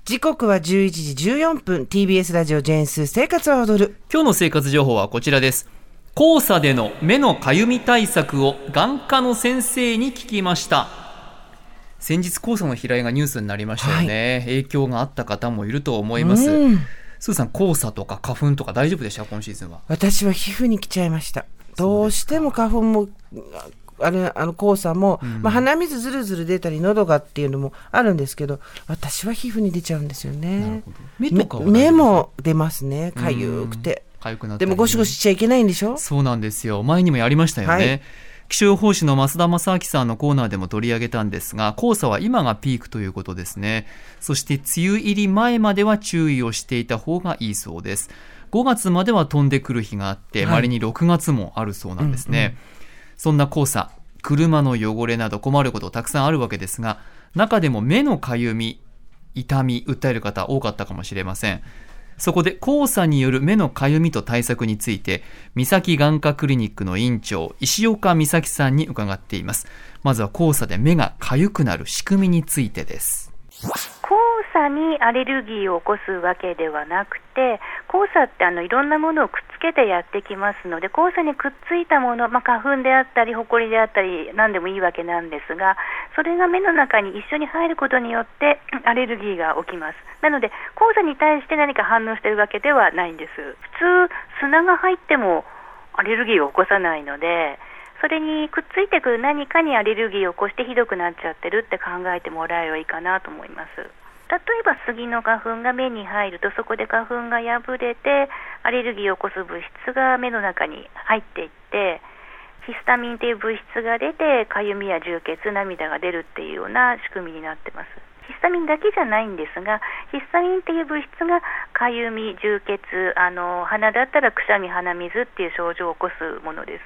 時刻は11時14分 TBS ラジオジェーンスー生活は踊る。 今日の生活情報はこちらです。黄砂での目のかゆみ対策を眼科の先生に聞きました。先日黄砂の飛来がニュースになりましたよね、影響があった方もいると思います。スーさん、黄砂とか花粉とか大丈夫でした？今シーズンは。 私は皮膚に来ちゃいました。どうしても花粉も黄砂も、鼻水ずるずる出たり喉がっていうのもあるんですけど、私は皮膚に出ちゃうんですよね。 目とかは目も出ますね、かゆくて。でもゴシゴシしちゃいけないんでしょ？ そうなんですよ。前にもやりましたよね、気象予報士の増田正明さんのコーナーでも取り上げたんですが、黄砂は今がピークということですね。そして梅雨入り前までは注意をしていた方がいいそうです。5月までは飛んでくる日があって、稀に6月もあるそうなんですね、そんな黄砂、車の汚れなど困ることたくさんあるわけですが、中でも目のかゆみ、痛み訴える方多かったかもしれません。そこで黄砂による目のかゆみと対策について、三崎眼科クリニックの院長石岡美咲さんに伺っています。まずは黄砂で目がかゆくなる仕組みについてです。 黄砂にアレルギーを起こすわけではなくて、黄砂っていろんなものをくっつけてやってきますので、黄砂にくっついたもの、花粉であったりホコリであったり何でもいいわけなんですが、それが目の中に一緒に入ることによってアレルギーが起きます。なので黄砂に対して何か反応しているわけではないんです。普通砂が入ってもアレルギーを起こさないので、それにくっついてくる何かにアレルギーを起こしてひどくなっちゃってるって考えてもらえばいいかなと思います。例えば杉の花粉が目に入ると、そこで花粉が破れてアレルギーを起こす物質が目の中に入っていって、ヒスタミンという物質が出てかゆみや充血、涙が出るっていうような仕組みになってます。ヒスタミンだけじゃないんですが、ヒスタミンっていう物質がかゆみ、充血、鼻だったらくしゃみ、鼻水っていう症状を起こすものです。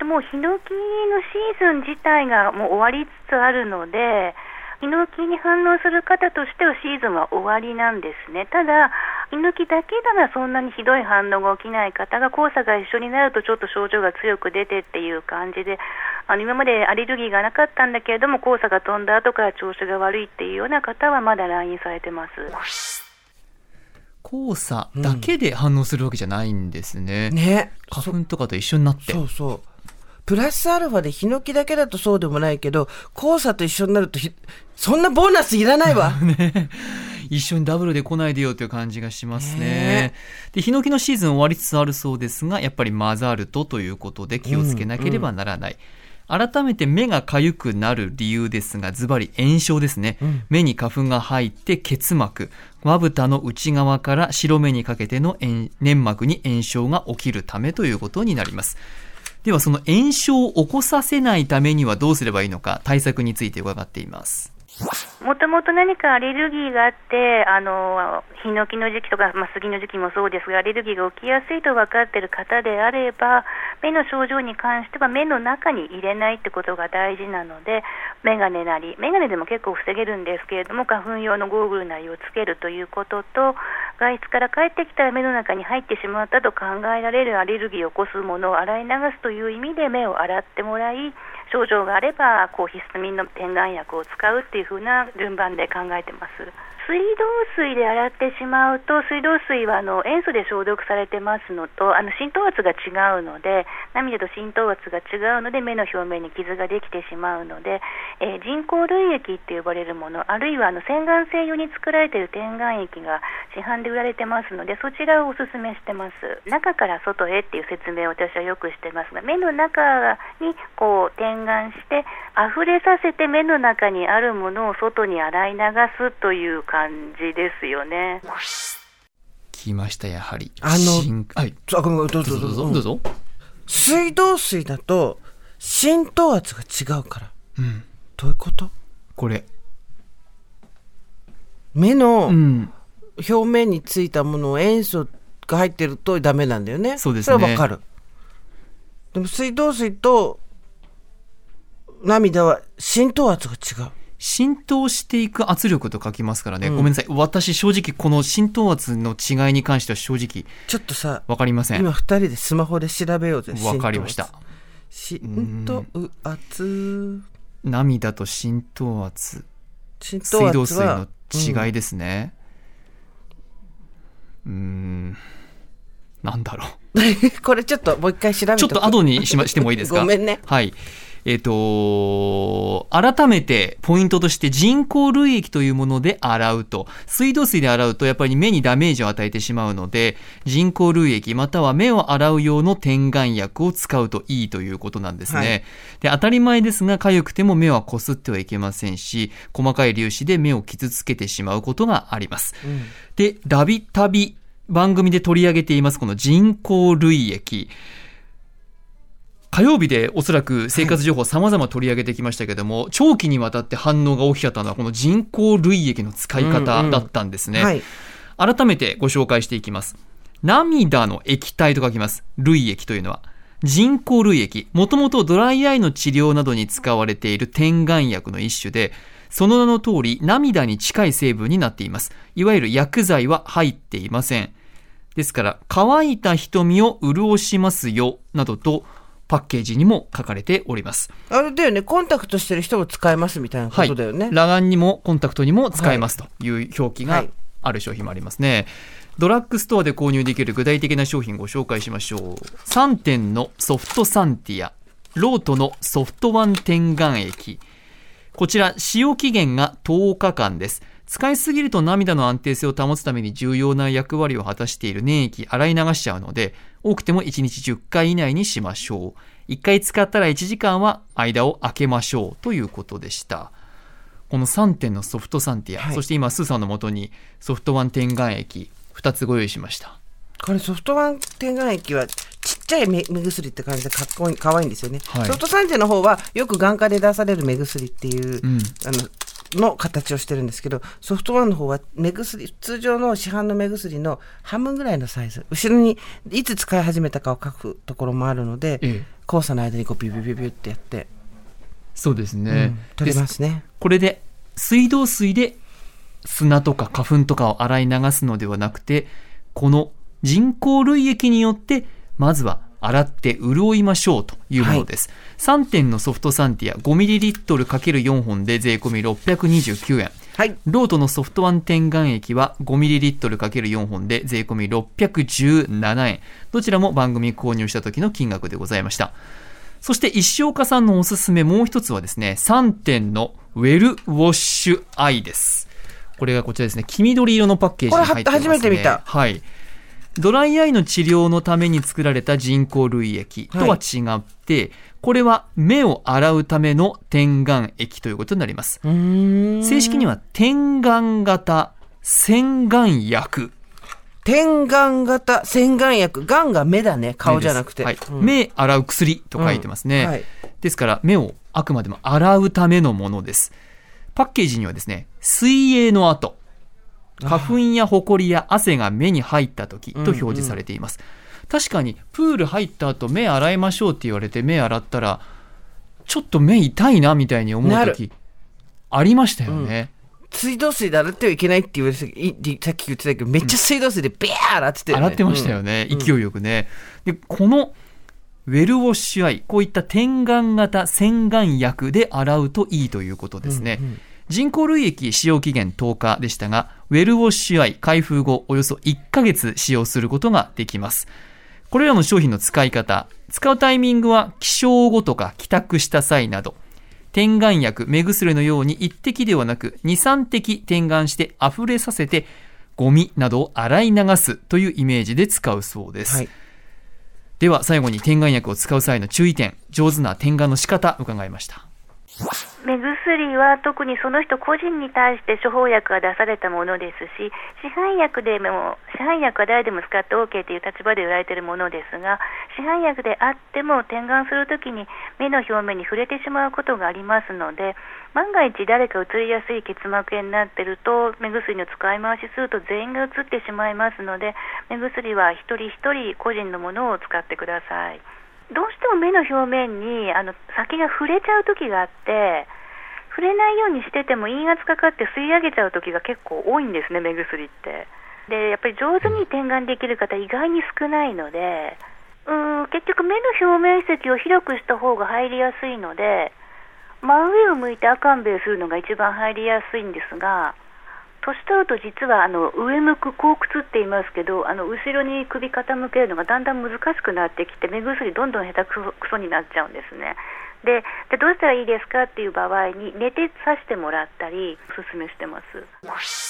もうヒノキのシーズン自体がもう終わりつつあるので、ヒノキに反応する方としてはシーズンは終わりなんですね。ただヒノキだけならそんなにひどい反応が起きない方が、黄砂が一緒になるとちょっと症状が強く出てっていう感じで、今までアレルギーがなかったんだけれども黄砂が飛んだ後から調子が悪いっていうような方はまだ来院されてます。 黄砂だけで反応するわけじゃないんですね、花粉とかと一緒になって。 そうプラスアルファでヒノキだけだとそうでもないけど、黄砂と一緒になるとそんなボーナスいらないわ一緒にダブルで来ないでよという感じがしますね。で、ヒノキのシーズン終わりつつあるそうですが、やっぱり混ざるということで気をつけなければならない、改めて目がかゆくなる理由ですが、ズバリ炎症ですね、目に花粉が入って結膜、まぶたの内側から白目にかけての粘膜に炎症が起きるためということになります。ではその炎症を起こさせないためにはどうすればいいのか、対策について伺っています。 もともと何かアレルギーがあって、ヒノキの時期とか、杉の時期もそうですが、アレルギーが起きやすいと分かっている方であれば、目の症状に関しては目の中に入れないってことが大事なので、メガネでも結構防げるんですけれども、花粉用のゴーグルなりをつけるということと、外出から帰ってきたら目の中に入ってしまったと考えられるアレルギーを起こすものを洗い流すという意味で目を洗ってもらい、症状があればヒスタミンの点眼薬を使うっていう風な順番で考えてます。水道水で洗ってしまうと、水道水は塩素で消毒されてますのと、浸透圧が違うので、涙と浸透圧が違うので目の表面に傷ができてしまうので、人工涙液って呼ばれるもの、あるいは洗顔専用に作られている点眼液が市販で売られてますので、そちらをおすすめしてます。中から外へっていう説明を私はよくしてますが、目の中に点眼して溢れさせて目の中にあるものを外に洗い流すという感じですよね。 聞きました。やはりどうぞ。水道水だと浸透圧が違うから、どういうこと？ これ目の表面についたものを塩素が入ってるとダメなんだよね。 そうですね。 それはわかる。でも水道水と涙は浸透圧が違う。 浸透していく圧力と書きますからね、ごめんなさい、私正直この浸透圧の違いに関しては正直ちょっとさ分かりません。 今2人でスマホで調べようぜ。 分かりました。 浸透圧、 涙と浸透圧、 水道水の違いですね。 なんだろうこれちょっともう一回調べてちょっと後にしてもいいですか。 ごめんね。 はい。改めてポイントとして人工涙液というもので洗うと、水道水で洗うとやっぱり目にダメージを与えてしまうので、人工涙液または目を洗う用の点眼薬を使うといいということなんですね。はい、で、当たり前ですが、痒くても目はこすってはいけませんし、細かい粒子で目を傷つけてしまうことがあります。で、たびたび番組で取り上げていますこの人工涙液、火曜日でおそらく生活情報様々取り上げてきましたけども、長期にわたって反応が大きかったのはこの人工涙液の使い方だったんですね。はい、改めてご紹介していきます。涙の液体と書きます。涙液というのは人工涙液、もともとドライアイの治療などに使われている点眼薬の一種で、その名の通り涙に近い成分になっています。いわゆる薬剤は入っていません。ですから乾いた瞳を潤しますよなどとパッケージにも書かれております。 あれだよね、コンタクトしてる人も使えますみたいなことだよね。 はい、裸眼にもコンタクトにも使えますという表記がある商品もありますね。はい、ドラッグストアで購入できる具体的な商品ご紹介しましょう。3点のソフトサンティア、ロートのソフトワン点眼液、こちら使用期限が10日間です。使いすぎると涙の安定性を保つために重要な役割を果たしている粘液洗い流しちゃうので、多くても1日10回以内にしましょう。1回使ったら1時間は間を空けましょうということでした。この3点のソフトサンティア、はい、そして今スーさんの元にソフトワン点眼液2つご用意しました。 これソフトワン点眼液はちっちゃい目薬って感じでかわいいんですよね。はい、ソフトサンティアの方はよく眼科で出される目薬っていう、の形をしてるんですけど、ソフトワンの方は目薬、通常の市販の目薬の半分ぐらいのサイズ、後ろにいつ使い始めたかを書くところもあるので、交差の間にこうビュビュビュビュってやって、 そうですね、 取りますね。 これで水道水で砂とか花粉とかを洗い流すのではなくて、この人工涙液によってまずは洗って潤いましょうというものです。はい、3点のソフトサンティア 5ml×4 本で税込み629円。はい、ロートのソフトワン点眼液は 5ml×4 本で税込み617円。どちらも番組購入した時の金額でございました。そして石岡さんのおすすめもう一つはですね、3点のウェルウォッシュアイです。これがこちらですね、黄緑色のパッケージに入ってますね。 これ初めて見た。 はい。ドライアイの治療のために作られた人工涙液とは違って、これは目を洗うための点眼液ということになります。正式には点眼型洗眼薬。 点眼型洗眼薬。眼が目だね、顔じゃなくて。 はい、目洗う薬と書いてますね。はい、ですから目をあくまでも洗うためのものです。パッケージにはですね、水泳の後、花粉やホコリや汗が目に入った時と表示されています。確かにプール入った後目洗いましょうって言われて目洗ったらちょっと目痛いなみたいに思う時ありましたよね。 水道水で洗ってはいけないって言われて、さっき言ってたけどめっちゃ水道水でビャー洗ってたよね。 洗ってましたよね、勢いよくね。でこのウェルウォッシュアイ、こういった点眼型洗顔薬で洗うといいということですね。人工涙液使用期限10日でしたが、ウェルウォッシュアイ開封後およそ1ヶ月使用することができます。これらの商品の使い方、使うタイミングは起床後とか帰宅した際など、点眼薬、目薬のように1滴ではなく 2,3 滴点眼して溢れさせてゴミなどを洗い流すというイメージで使うそうです。はい、では最後に点眼薬を使う際の注意点、上手な点眼の仕方伺いました。 目薬は特にその人個人に対して処方薬が出されたものですし、市販薬は誰でも使って OK という立場で売られているものですが、市販薬であっても点眼するときに目の表面に触れてしまうことがありますので、万が一誰か移りやすい結膜炎になっていると目薬の使い回しすると全員が移ってしまいますので、目薬は一人一人個人のものを使ってください。どうしても目の表面に先が触れちゃう時があって、触れないようにしてても陰圧かかって吸い上げちゃう時が結構多いんですね、目薬って。でやっぱり上手に点眼できる方意外に少ないので、結局目の表面積を広くした方が入りやすいので、真上を向いて赤んべいするのが一番入りやすいんですが、 年取ると実は上向く後屈って言いますけど、後ろに首傾けるのがだんだん難しくなってきて、目薬どんどん下手くそになっちゃうんですね。でどうしたらいいですかっていう場合に寝てさしてもらったりおすすめしてます。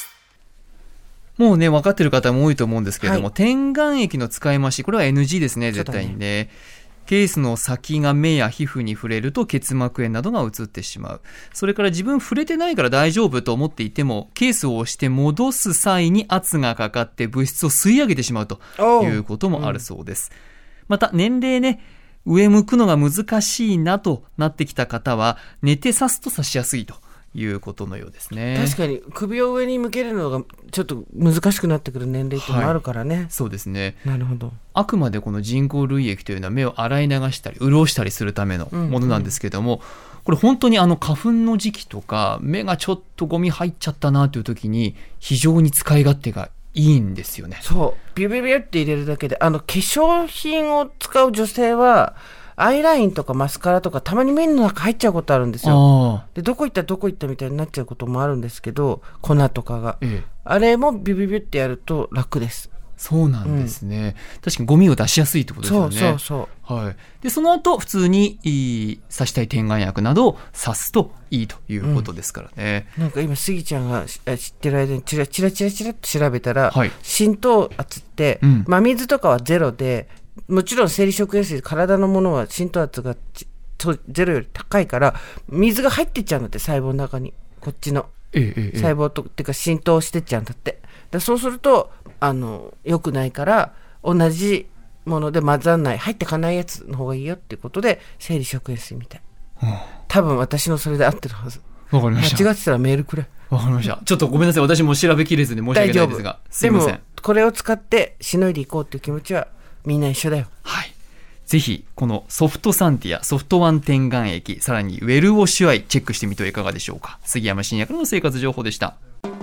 もうね分かってる方も多いと思うんですけれども、点眼液の使い回し、これは NG ですね、絶対にね。ケースの先が目や皮膚に触れると結膜炎などが移ってしまう。それから自分触れてないから大丈夫と思っていても、ケースを押して戻す際に圧がかかって物質を吸い上げてしまうということもあるそうです。また年齢ね、上向くのが難しいなとなってきた方は寝て刺すと刺しやすいということのようですね。 確かに首を上に向けるのがちょっと難しくなってくる年齢っていうのもあるからね、 そうですね。 なるほど。 あくまでこの人工涙液というのは目を洗い流したり潤したりするためのものなんですけども、これ本当に花粉の時期とか目がちょっとゴミ入っちゃったなという時に非常に使い勝手がいいんですよね。 そうビュビュビュって入れるだけで化粧品を使う女性はアイラインとかマスカラとかたまに目の中入っちゃうことあるんですよ。でどこ行ったみたいになっちゃうこともあるんですけど、粉とかが、あれもビュビュビュってやると楽です。 そうなんですね、確かにゴミを出しやすいってことですよね。 そう、 はい、でその後普通に刺したい点眼薬などを刺すといいということですからね、 なんか今スギちゃんが知ってる間にチラチラと調べたら、 はい、 浸透圧って、真水とかはゼロで、もちろん生理食塩水、体のものは浸透圧がゼロより高いから水が入ってっちゃうんだって、細胞の中に、こっちの細胞とっていうか浸透してっちゃうんだって。だそうすると良くないから、同じもので混ざんない、入ってかないやつの方がいいよっていうことで生理食塩水みたい、多分私のそれで合ってるはず。 わかりました。 間違ってたらメールくれ。 わかりました。ちょっとごめんなさい、私も調べきれずに申し訳ないですが、すいません。 でもこれを使ってしのいでいこうっていう気持ちはみんな一緒だよ。 はい、ぜひこのソフトサンティア、ソフトワン点眼液、さらにウェルウォッシュアイチェックしてみてはいかがでしょうか。杉山新薬の生活情報でした。